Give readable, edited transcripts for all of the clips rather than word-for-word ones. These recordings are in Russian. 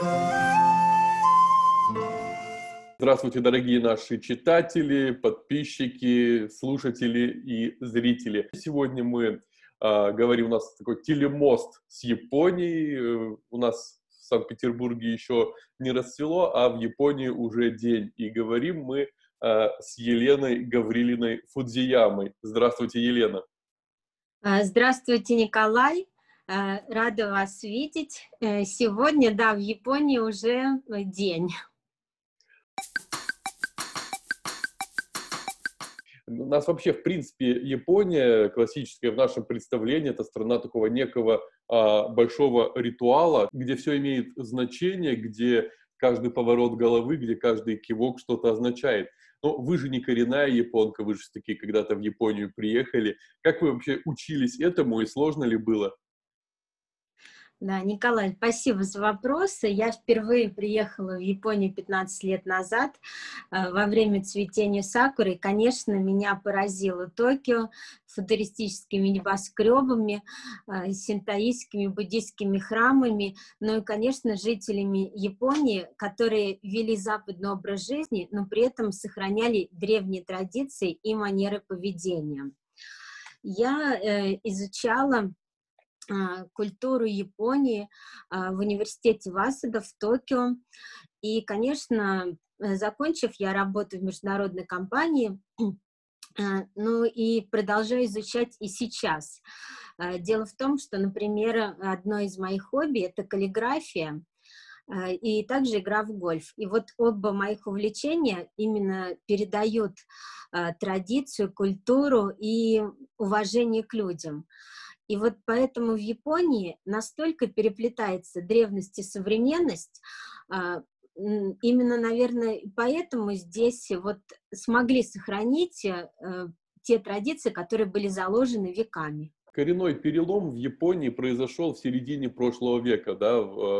Здравствуйте, дорогие наши читатели, подписчики, слушатели и зрители. Сегодня мы говорим, у нас такой телемост с Японией. У нас в Санкт-Петербурге еще не расцвело, а в Японии уже день. И говорим мы с Еленой Гаврилиной Фудзиямой. Здравствуйте, Елена. Здравствуйте, Николай. Рада вас видеть. Сегодня, да, в Японии уже день. У нас вообще, в принципе, Япония классическая в нашем представлении — это страна такого некого большого ритуала, где все имеет значение, где каждый поворот головы, где каждый кивок что-то означает. Но вы же не коренная японка, вы же таки когда-то в Японию приехали. Как вы вообще учились этому и сложно ли было? Да, Николай, спасибо за вопросы. Я впервые приехала в Японию 15 лет назад во время цветения сакуры. И, конечно, меня поразило Токио футуристическими небоскребами, синтоистскими, буддийскими храмами, ну и, конечно, жителями Японии, которые вели западный образ жизни, но при этом сохраняли древние традиции и манеры поведения. Я изучала культуру Японии в университете Васеда в Токио. И, конечно, закончив, я работаю в международной компании, ну и продолжаю изучать и сейчас. Дело в том, что, например, одно из моих хобби — это каллиграфия, и также игра в гольф. И вот оба моих увлечения именно передают традицию, культуру и уважение к людям. И вот поэтому в Японии настолько переплетается древность и современность, именно, наверное, поэтому здесь вот смогли сохранить те традиции, которые были заложены веками. Коренной перелом в Японии произошел в середине прошлого века, да,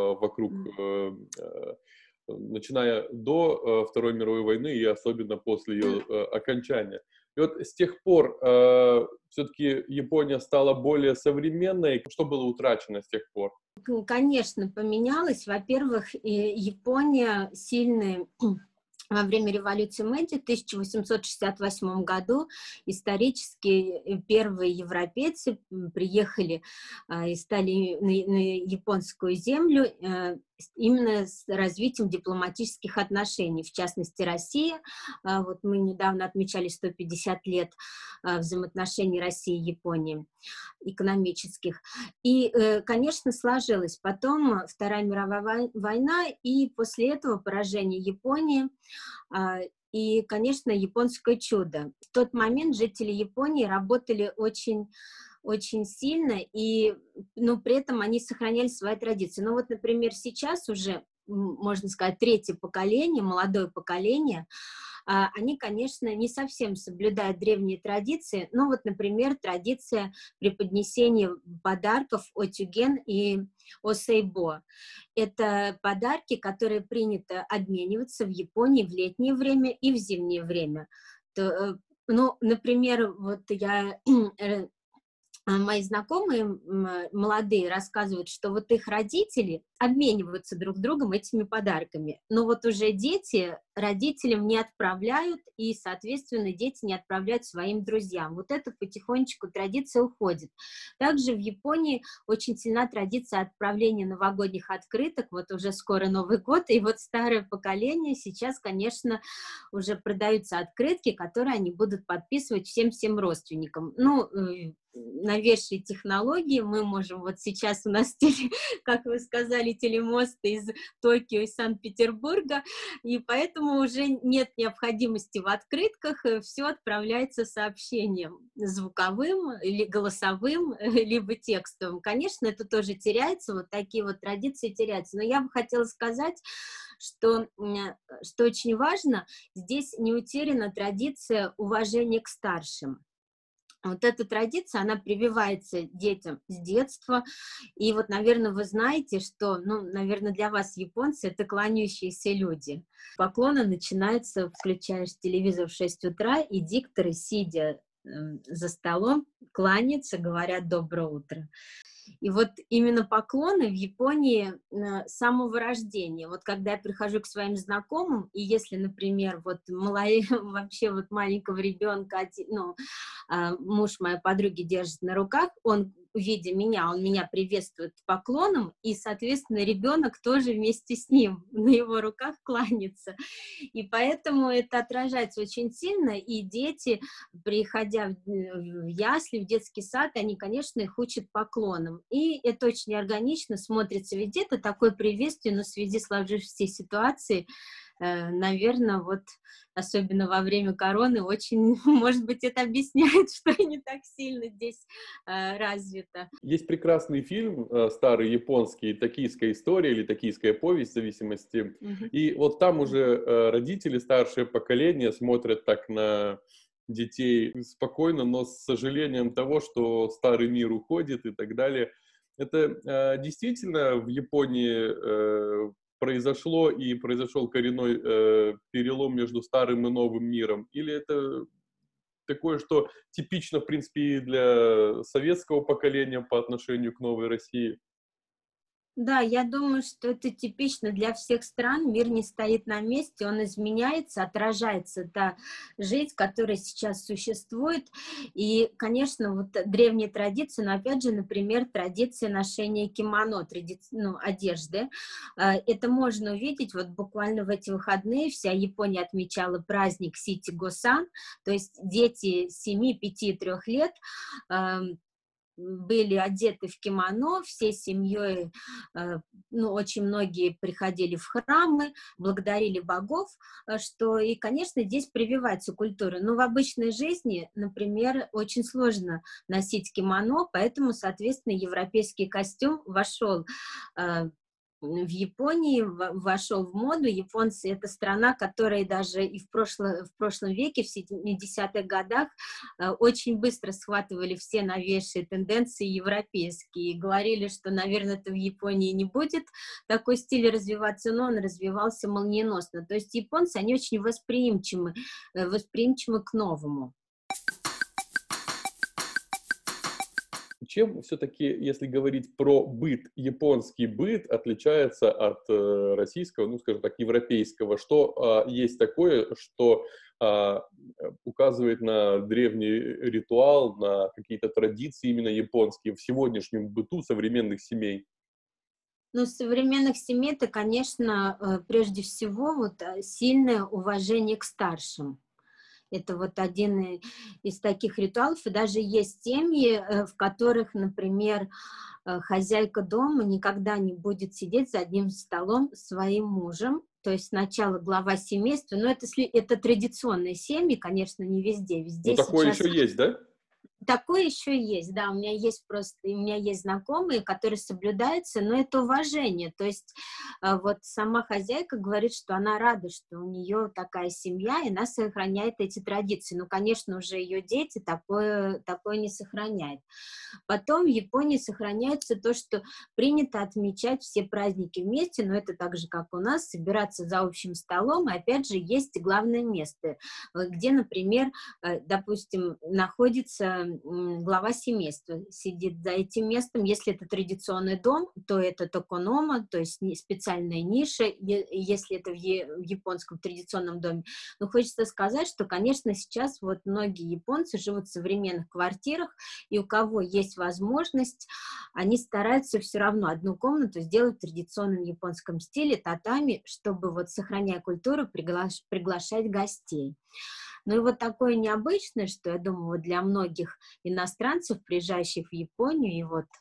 начиная до Второй мировой войны и особенно после ее окончания. И вот с тех пор все-таки Япония стала более современной. Что было утрачено с тех пор? Конечно, поменялось. Во-первых, Япония сильная. Во время революции Мэйдзи в 1868 году исторически первые европейцы приехали и стали на японскую землю именно с развитием дипломатических отношений, в частности, Россия. Вот мы недавно отмечали 150 лет взаимоотношений России и Японии экономических. И, конечно, сложилось потом Вторая мировая война, и после этого поражение Японии, и, конечно, японское чудо. В тот момент жители Японии работали очень сильно, но при этом они сохраняли свои традиции. Ну вот, например, сейчас уже, можно сказать, третье поколение, молодое поколение, они, конечно, не совсем соблюдают древние традиции, но вот, например, традиция преподнесения подарков отюген и осейбо. Это подарки, которые принято обмениваться в Японии в летнее время и в зимнее время. Ну, например, вот мои знакомые молодые рассказывают, что вот их родители обмениваются друг с другом этими подарками, но вот уже дети родителям не отправляют, и, соответственно, дети не отправляют своим друзьям. Вот это потихонечку традиция уходит. Также в Японии очень сильна традиция отправления новогодних открыток, вот уже скоро Новый год, и вот старое поколение сейчас, конечно, уже продаются открытки, которые они будут подписывать всем родственникам. Ну, новейшие технологии, мы можем, вот сейчас у нас, как вы сказали, телемосты из Токио и Санкт-Петербурга, и поэтому уже нет необходимости в открытках, все отправляется сообщением звуковым или голосовым, либо текстовым. Конечно, это тоже теряется, вот такие вот традиции теряются, но я бы хотела сказать, что очень важно, здесь не утеряна традиция уважения к старшим. Вот эта традиция, она прививается детям с детства, и вот, наверное, вы знаете, что, ну, наверное, для вас, японцы, это кланяющиеся люди. Поклоны начинаются, включаешь телевизор в 6 утра, и дикторы, сидя за столом, кланяются, говорят «доброе утро». И вот именно поклоны в Японии с самого рождения. Вот когда я прихожу к своим знакомым, и если, например, вот вообще вот маленького ребенка, ну, муж моей подруги держит на руках, он, видя меня, он меня приветствует поклоном, и, соответственно, ребенок тоже вместе с ним на его руках кланяется. И поэтому это отражается очень сильно, и дети, приходя в ясли, в детский сад, они, конечно, их учат поклонам. И это очень органично смотрится, ведь это такое приветствие, но в связи с сложившейся ситуацией, наверное, вот особенно во время короны, очень, может быть, это объясняет, что не так сильно здесь развито. Есть прекрасный фильм, старый японский, «Токийская история» или «Токийская повесть», в зависимости. Мгм. И вот там уже родители, старшее поколение смотрят так на детей спокойно, но с сожалением того, что старый мир уходит и так далее. Это действительно в Японии произошло и произошел коренной перелом между старым и новым миром? Или это такое, что типично, в принципе, и для советского поколения по отношению к новой России? Да, я думаю, что это типично для всех стран. Мир не стоит на месте, он изменяется, отражается та жизнь, которая сейчас существует. И, конечно, вот древние традиции, но опять же, например, традиция ношения кимоно, ну, одежды. Это можно увидеть вот буквально в эти выходные. Вся Япония отмечала праздник Сити-го-сан, то есть дети 7, 5 и 3 лет были одеты в кимоно, всей семьей, ну, очень многие приходили в храмы, благодарили богов, что, и, конечно, здесь прививается культура. Но в обычной жизни, например, очень сложно носить кимоно, поэтому, соответственно, европейский костюм вошел в Японии, вошел в моду. Японцы — это страна, которая даже и в прошлом веке, в 70-х годах, очень быстро схватывали все новейшие тенденции европейские и говорили, что, наверное, это в Японии не будет такой стиль развиваться, но он развивался молниеносно. То есть японцы, они очень восприимчивы к новому. Чем все-таки, если говорить про быт, японский быт отличается от российского, ну, скажем так, европейского? Что есть такое, что указывает на древний ритуал, на какие-то традиции именно японские в сегодняшнем быту современных семей? Ну, с современных семей это, конечно, прежде всего вот сильное уважение к старшим. Это вот один из таких ритуалов. И даже есть семьи, в которых, например, хозяйка дома никогда не будет сидеть за одним столом с своим мужем. То есть сначала глава семейства, но это традиционные семьи, конечно, не везде. Ну, Везде такое сейчас еще есть, да? такое еще есть, да, у меня есть знакомые, которые соблюдаются, но это уважение, то есть вот сама хозяйка говорит, что она рада, что у нее такая семья, и она сохраняет эти традиции, но, конечно, уже ее дети такое не сохраняют. Потом в Японии сохраняется то, что принято отмечать все праздники вместе, но это так же, как у нас, собираться за общим столом, и опять же есть главное место, где, например, допустим, находится глава семейства, сидит за этим местом. Если это традиционный дом, то это токонома, то есть специальная ниша, если это в японском традиционном доме. Но хочется сказать, что, конечно, сейчас вот многие японцы живут в современных квартирах, и у кого есть возможность, они стараются все равно одну комнату сделать в традиционном японском стиле, татами, чтобы вот, сохраняя культуру, приглашать гостей. Ну и вот такое необычное, что, я думаю, вот для многих иностранцев, приезжающих в Японию, и вот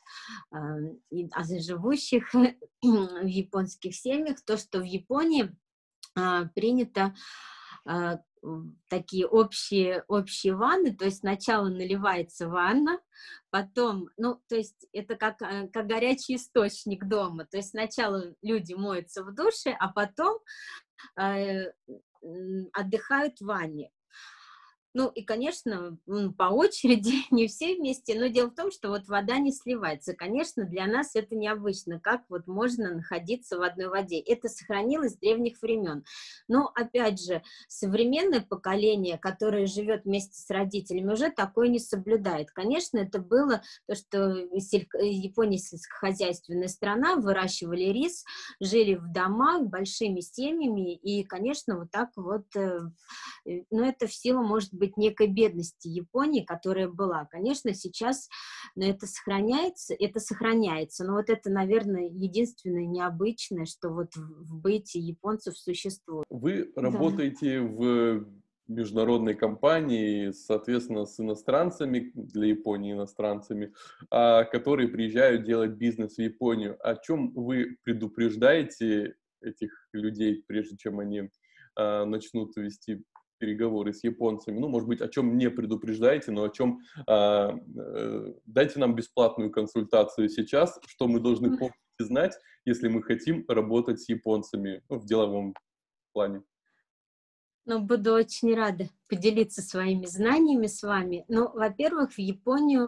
живущих в японских семьях, то, что в Японии принято такие общие ванны, то есть сначала наливается ванна, потом, ну, то есть это как горячий источник дома, то есть сначала люди моются в душе, а потом отдыхают в ванне. Ну и, конечно, по очереди, не все вместе, но дело в том, что вот вода не сливается. Конечно, для нас это необычно, как вот можно находиться в одной воде. Это сохранилось с древних времен. Но, опять же, современное поколение, которое живет вместе с родителями, уже такое не соблюдает. Конечно, это было то, что Япония сельскохозяйственная страна, выращивали рис, жили в домах большими семьями, и, конечно, вот так вот, но это в силу, может быть, некой бедности Японии, которая была. Конечно, сейчас это сохраняется, но вот это, наверное, единственное необычное, что вот в быте японцев существует. Вы Да. работаете в международной компании, соответственно, с иностранцами, для Японии иностранцами, которые приезжают делать бизнес в Японию. О чем вы предупреждаете этих людей, прежде чем они начнут вести переговоры с японцами? Ну, может быть, о чем не предупреждаете, но о чем дайте нам бесплатную консультацию сейчас, что мы должны помнить и знать, если мы хотим работать с японцами, ну, в деловом плане. Ну, буду очень рада поделиться своими знаниями с вами. Ну, во-первых, в Японию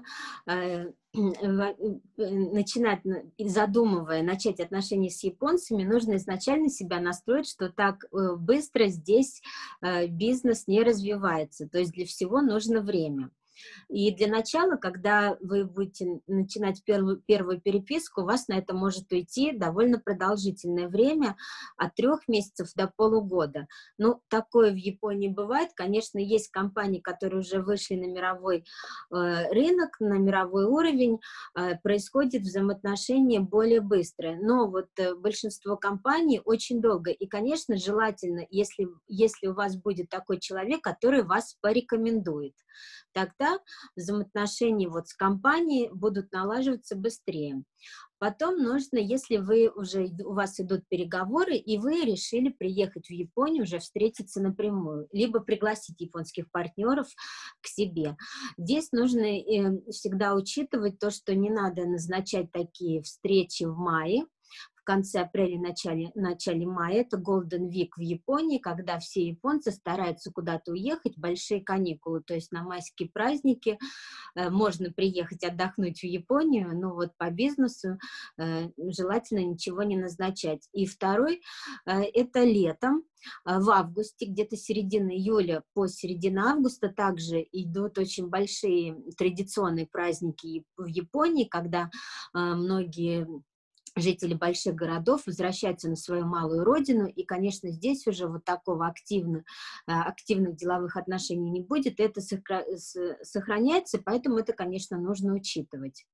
начинать, задумывая начать отношения с японцами, нужно изначально себя настроить, что так быстро здесь бизнес не развивается. То есть для всего нужно время. И для начала, когда вы будете начинать первую переписку, у вас на это может уйти довольно продолжительное время, от 3 месяцев до полугода. Ну, такое в Японии бывает. Конечно, есть компании, которые уже вышли на мировой рынок, на мировой уровень, происходит взаимоотношения более быстро. Но вот большинство компаний очень долго. И, конечно, желательно, если у вас будет такой человек, который вас порекомендует, тогда взаимоотношения вот с компанией будут налаживаться быстрее. Потом нужно, если у вас идут переговоры, и вы решили приехать в Японию, уже встретиться напрямую, либо пригласить японских партнеров к себе. Здесь нужно всегда учитывать то, что не надо назначать такие встречи в мае, в конце апреля, начале мая, это Golden Week в Японии, когда все японцы стараются куда-то уехать, большие каникулы, то есть на майские праздники можно приехать отдохнуть в Японию, но вот по бизнесу желательно ничего не назначать. И второй, это летом, в августе, где-то середина июля по середину августа также идут очень большие традиционные праздники в Японии, когда многие жители больших городов возвращаются на свою малую родину, и, конечно, здесь уже вот такого активных деловых отношений не будет, это сохраняется, поэтому это, конечно, нужно учитывать.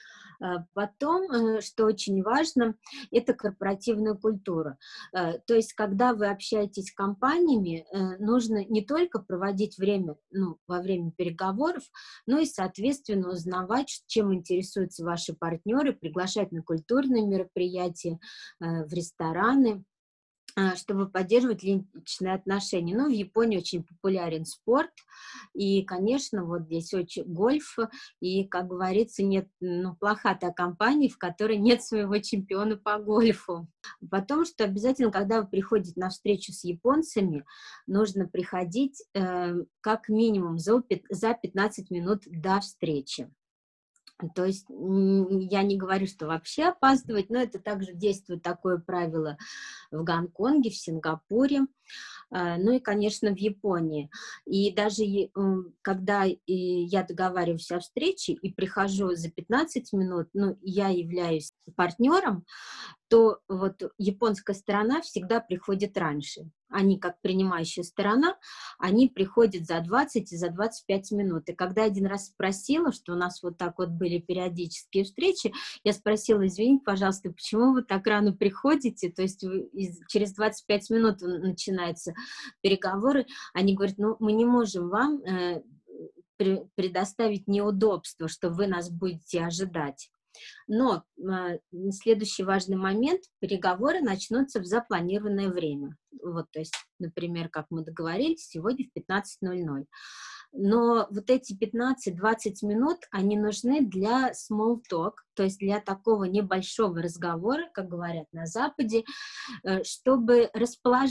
Потом, что очень важно, это корпоративная культура. То есть, когда вы общаетесь с компаниями, нужно не только проводить время, во время переговоров, но и, соответственно, узнавать, чем интересуются ваши партнеры, приглашать на культурные мероприятия, в рестораны, чтобы поддерживать личные отношения. Ну, в Японии очень популярен спорт, и, конечно, вот здесь очень гольф, и, как говорится, нет, плоха та компания, в которой нет своего чемпиона по гольфу. Потом, что обязательно, когда вы приходите на встречу с японцами, нужно приходить как минимум за 15 минут до встречи. То есть я не говорю, что вообще опаздывать, но это также действует такое правило в Гонконге, в Сингапуре, ну и, конечно, в Японии. И даже когда я договариваюсь о встрече и прихожу за 15 минут, я являюсь партнером, то вот японская сторона всегда приходит раньше. Они, как принимающая сторона, они приходят за 20 и за 25 минут. И когда один раз спросила, что у нас вот так вот были периодические встречи, я спросила: извините, пожалуйста, почему вы так рано приходите? То есть через 25 минут начинаются переговоры. Они говорят: мы не можем вам предоставить неудобство, что вы нас будете ожидать. Но следующий важный момент: переговоры начнутся в запланированное время. Вот, то есть, например, как мы договорились, сегодня в 15:00. Но вот эти 15-20 минут, они нужны для small talk, то есть для такого небольшого разговора, как говорят на Западе, чтобы расположить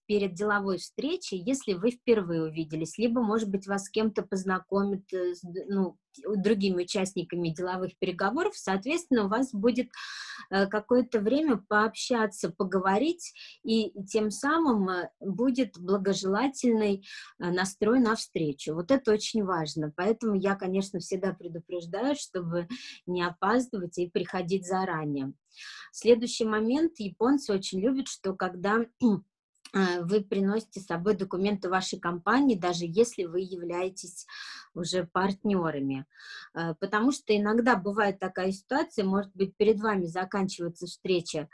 перед деловой встречей, если вы впервые увиделись, либо, может быть, вас с кем-то познакомят, ну, другими участниками деловых переговоров, соответственно, у вас будет какое-то время пообщаться, поговорить, и тем самым будет благожелательный настрой на встречу. Вот это очень важно. Поэтому я, конечно, всегда предупреждаю, чтобы не опаздывать и приходить заранее. Следующий момент. Японцы очень любят, что когда вы приносите с собой документы вашей компании, даже если вы являетесь уже партнерами. Потому что иногда бывает такая ситуация, может быть, перед вами заканчивается встреча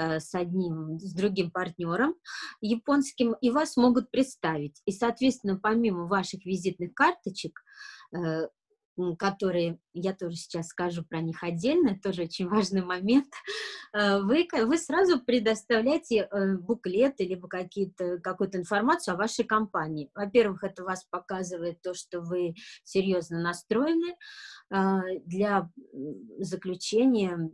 с другим партнером японским, и вас могут представить. И, соответственно, помимо ваших визитных карточек, которые, я тоже сейчас скажу про них отдельно, тоже очень важный момент, вы сразу предоставляете буклеты либо какую-то информацию о вашей компании. Во-первых, это вас показывает то, что вы серьезно настроены для заключения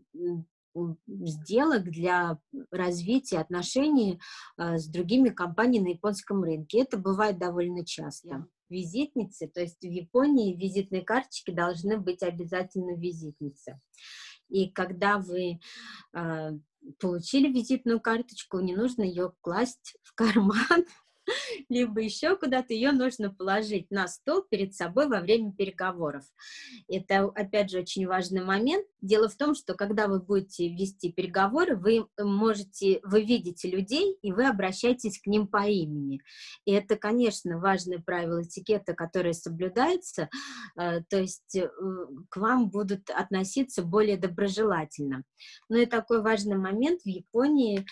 сделок, для развития отношений с другими компаниями на японском рынке. Это бывает довольно часто. Визитницы, то есть в Японии визитные карточки должны быть обязательно визитницы. И когда вы получили визитную карточку, не нужно ее класть в карман, либо еще куда-то, ее нужно положить на стол перед собой во время переговоров. Это, опять же, очень важный момент. Дело в том, что когда вы будете вести переговоры, вы видите людей, и вы обращаетесь к ним по имени. И это, конечно, важное правило этикета, которое соблюдается, то есть к вам будут относиться более доброжелательно. Ну и такой важный момент: в Японии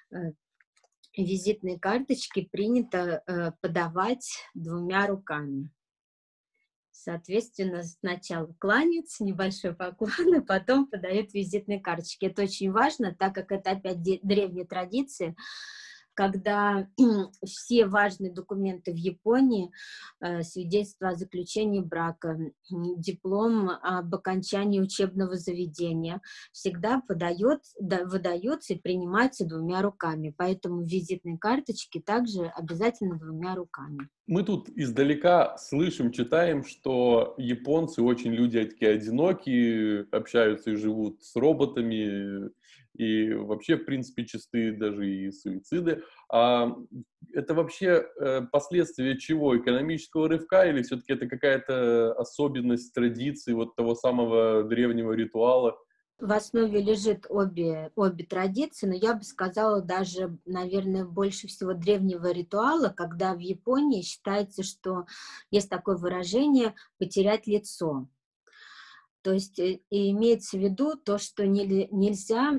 визитные карточки принято подавать двумя руками. Соответственно, сначала кланяются, небольшой поклон, и потом подают визитные карточки. Это очень важно, так как это опять древняя традиция, когда все важные документы в Японии, свидетельство о заключении брака, диплом об окончании учебного заведения, всегда выдается и принимается двумя руками. Поэтому визитные карточки также обязательно двумя руками. Мы тут издалека слышим, читаем, что японцы очень люди такие одинокие, общаются и живут с роботами, и вообще, в принципе, частые даже и суициды. А это вообще последствия чего? Экономического рывка или все-таки это какая-то особенность традиции вот того самого древнего ритуала? В основе лежит обе традиции, но я бы сказала даже, наверное, больше всего древнего ритуала, когда в Японии считается, что есть такое выражение «потерять лицо». То есть и имеется в виду то, что нельзя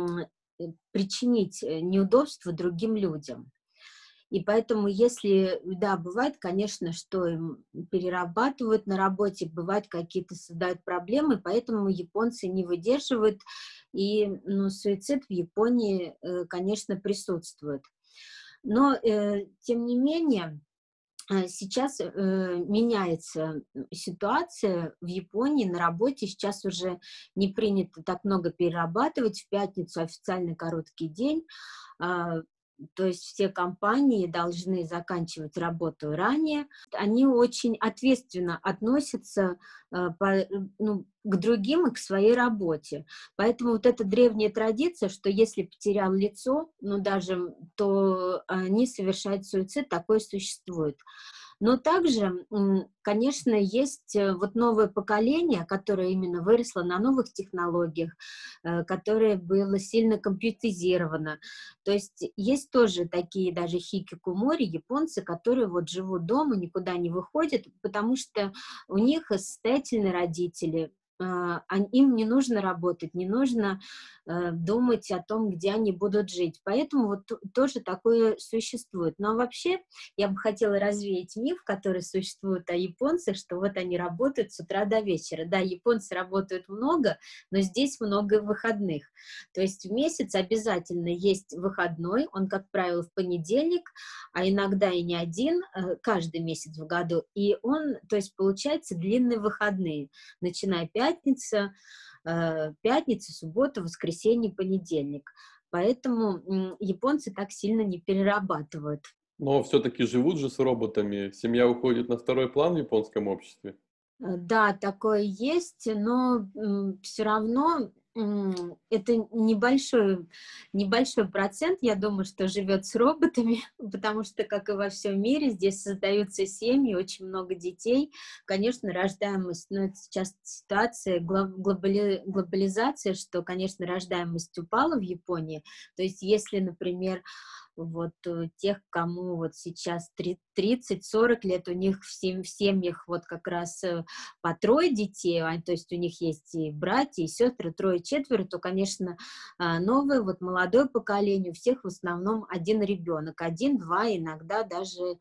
причинить неудобства другим людям. И поэтому, если, да, бывает, конечно, что им перерабатывают на работе, бывают какие-то создают проблемы, поэтому японцы не выдерживают, и суицид в Японии, конечно, присутствует. Но, тем не менее, сейчас меняется ситуация в Японии на работе. Сейчас уже не принято так много перерабатывать. В пятницу официально короткий день. То есть все компании должны заканчивать работу ранее. Они очень ответственно относятся к другим и к своей работе. Поэтому вот эта древняя традиция, что если потерял лицо, то они совершают суицид, такое существует. Но также, конечно, есть вот новое поколение, которое именно выросло на новых технологиях, которое было сильно компьютеризировано. То есть тоже такие даже хикикумори, японцы, которые вот живут дома, никуда не выходят, потому что у них состоятельные родители, им не нужно работать, не нужно думать о том, где они будут жить. Поэтому вот тоже такое существует. Но вообще я бы хотела развеять миф, который существует о японцах, что вот они работают с утра до вечера. Да, японцы работают много, но здесь много выходных. То есть в месяц обязательно есть выходной, он, как правило, в понедельник, а иногда и не один, каждый месяц в году. И он, то есть получается длинные выходные, начиная пятница, суббота, воскресенье, понедельник. Поэтому японцы так сильно не перерабатывают. Но все-таки живут же с роботами. Семья уходит на второй план в японском обществе. Да, такое есть, но все равно это небольшой процент, я думаю, что живет с роботами, потому что, как и во всем мире, здесь создаются семьи, очень много детей. Конечно, рождаемость, но это сейчас ситуация, глобализация, что, конечно, рождаемость упала в Японии. То есть, если, например, вот тех, кому вот сейчас 30-40 лет, у них в семьях вот как раз по трое детей, то есть у них есть и братья, и сестры, трое-четверо, то, конечно, новое, вот молодое поколение, у всех в основном один ребенок, один-два, иногда даже,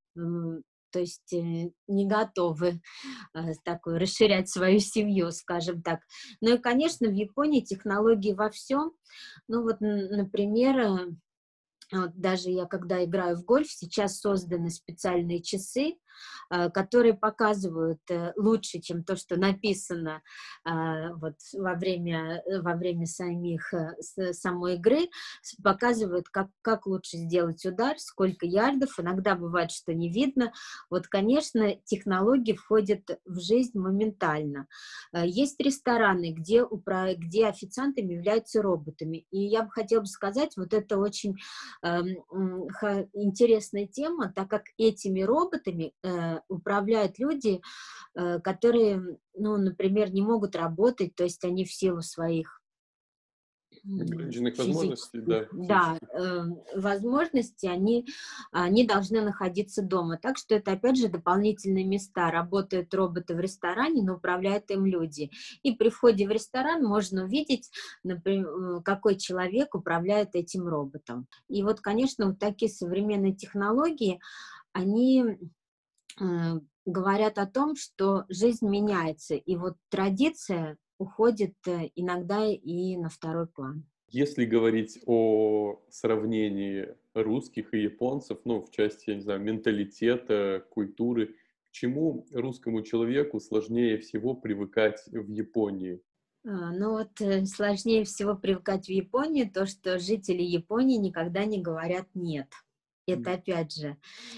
то есть не готовы такой расширять свою семью, скажем так. Ну и, конечно, в Японии технологии во всем. Ну вот, например, вот даже я, когда играю в гольф, сейчас созданы специальные часы, которые показывают лучше, чем то, что написано вот во время самой игры, показывают, как лучше сделать удар, сколько ярдов, иногда бывает, что не видно. Вот, конечно, технологии входят в жизнь моментально. Есть рестораны, где официантами являются роботами, и я бы хотела сказать, вот это очень интересная тема, так как этими роботами управляют люди, которые, ну, например, не могут работать, то есть они в силу своих Ограниченных возможностей, физических, да, да, физических. возможностей, они должны находиться дома. Так что это, опять же, дополнительные места. Работают роботы в ресторане, но управляют им люди. И при входе в ресторан можно увидеть, например, какой человек управляет этим роботом. И вот, конечно, вот такие современные технологии, они говорят о том, что жизнь меняется, и вот традиция уходит иногда и на второй план. Если говорить о сравнении русских и японцев, ну, в части, я не знаю, менталитета, культуры, к чему русскому человеку сложнее всего привыкать в Японии? Ну вот сложнее всего привыкать в Японии то, что жители Японии никогда не говорят «нет». Это опять же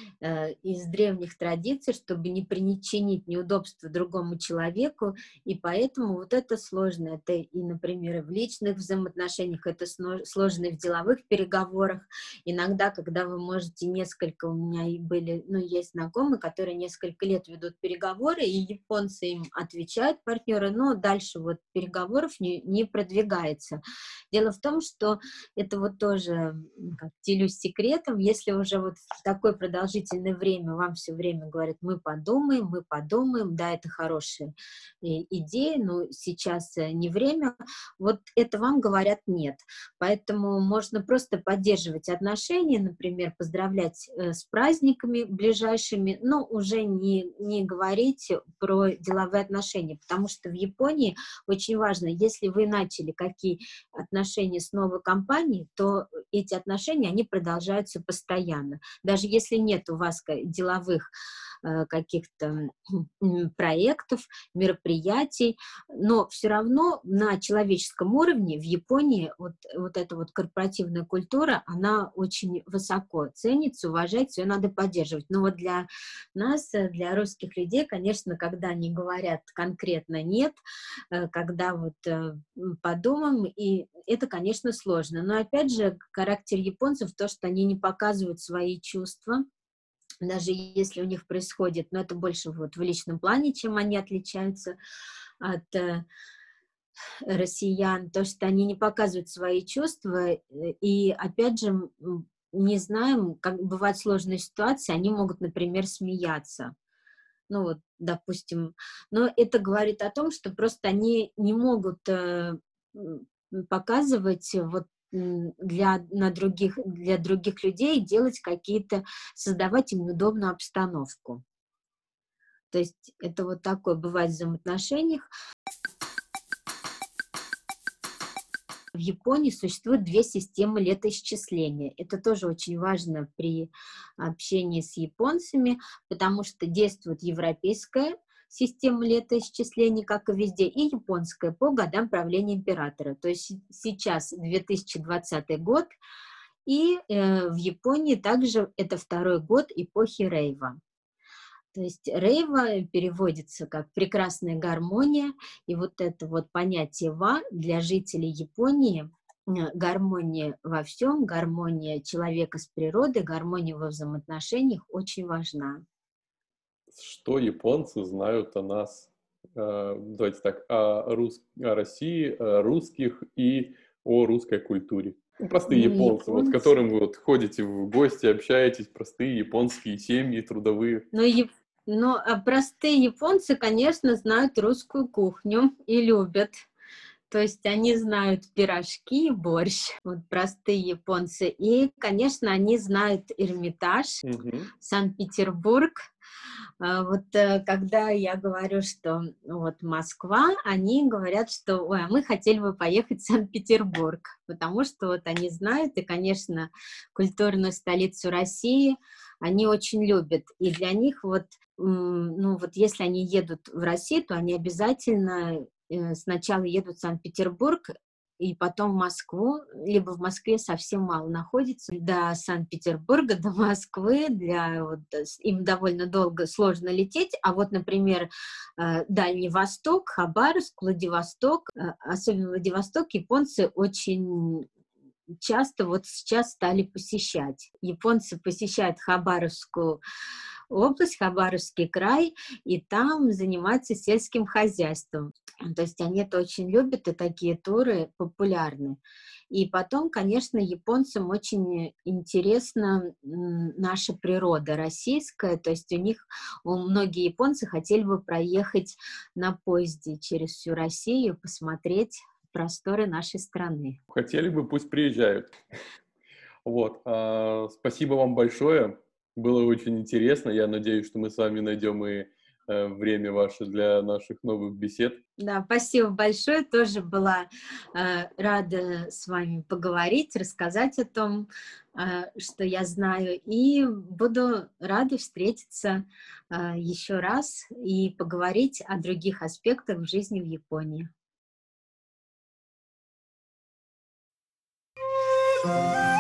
из древних традиций, чтобы не причинить неудобства другому человеку, и поэтому вот это сложно. Это и, например, и в личных взаимоотношениях, это сложно и в деловых переговорах. Иногда, когда вы можете у меня и были, ну, есть знакомые, которые несколько лет ведут переговоры, и японцы им отвечают, партнеры, но дальше вот переговоров не продвигается. Дело в том, что это вот тоже, как делюсь секретом, если уже вот в такое продолжительное время вам все время говорят, мы подумаем, да, это хорошая идея, но сейчас не время, вот это вам говорят нет. Поэтому можно просто поддерживать отношения, например, поздравлять с праздниками ближайшими, но уже не говорить про деловые отношения, потому что в Японии очень важно, если вы начали какие отношения с новой компанией, то эти отношения, они продолжаются постоянно. Даже если нет у вас деловых каких-то проектов, мероприятий, но все равно на человеческом уровне в Японии вот эта вот корпоративная культура, она очень высоко ценится, уважается, ее надо поддерживать. Но вот для нас, для русских людей, конечно, когда они говорят конкретно «нет», когда вот подумаем, и это, конечно, сложно. Но, опять же, характер японцев то, что они не показывают свои чувства, даже если у них происходит, но это больше вот в личном плане, чем они отличаются от россиян, то, что они не показывают свои чувства, и, опять же, не знаем, как бывают сложные ситуации, они могут, например, смеяться. Ну вот, допустим, но это говорит о том, что просто они не могут показывать вот для других людей делать создавать им удобную обстановку. То есть это вот такое бывает в взаимоотношениях. В Японии существует две системы летоисчисления. Это тоже очень важно при общении с японцами, потому что действует европейская система летоисчисления, как и везде, и японская по годам правления императора. То есть сейчас 2020 год, И в Японии также это второй год эпохи рейва. То есть рейва переводится как «прекрасная гармония», и вот это вот понятие «ва» для жителей Японии гармония во всем, гармония человека с природой, гармония во взаимоотношениях очень важна. Что японцы знают о нас? Давайте так, о России, о русских и о русской культуре. Ну, простые Ну, японцы, вот, к японцы, которым вы вот ходите в гости, общаетесь, простые японские семьи, трудовые. но, но простые японцы, конечно, знают русскую кухню и любят. То есть они знают пирожки и борщ, вот простые японцы. И, конечно, они знают Эрмитаж, Мгм. Санкт-Петербург. Вот когда я говорю, что вот Москва, они говорят, что ой, а мы хотели бы поехать в Санкт-Петербург, потому что вот они знают, и, конечно, культурную столицу России они очень любят. И для них вот, ну вот если они едут в Россию, то они обязательно сначала едут в Санкт-Петербург, и потом в Москву, либо в Москве совсем мало находится. До Санкт-Петербурга, до Москвы, им довольно долго, сложно лететь, а вот, например, Дальний Восток, Хабаровск, Владивосток, особенно Владивосток, японцы очень часто вот сейчас стали посещать. Японцы посещают Хабаровскую область, Хабаровский край, и там занимаются сельским хозяйством. То есть они это очень любят, и такие туры популярны. И потом, конечно, японцам очень интересна наша природа российская, то есть многие японцы хотели бы проехать на поезде через всю Россию, посмотреть просторы нашей страны. Хотели бы, пусть приезжают. Вот, спасибо вам большое. Было очень интересно. Я надеюсь, что мы с вами найдем и время ваше для наших новых бесед. Да, спасибо большое. Тоже была рада с вами поговорить, рассказать о том, что я знаю. И буду рада встретиться еще раз и поговорить о других аспектах в жизни в Японии.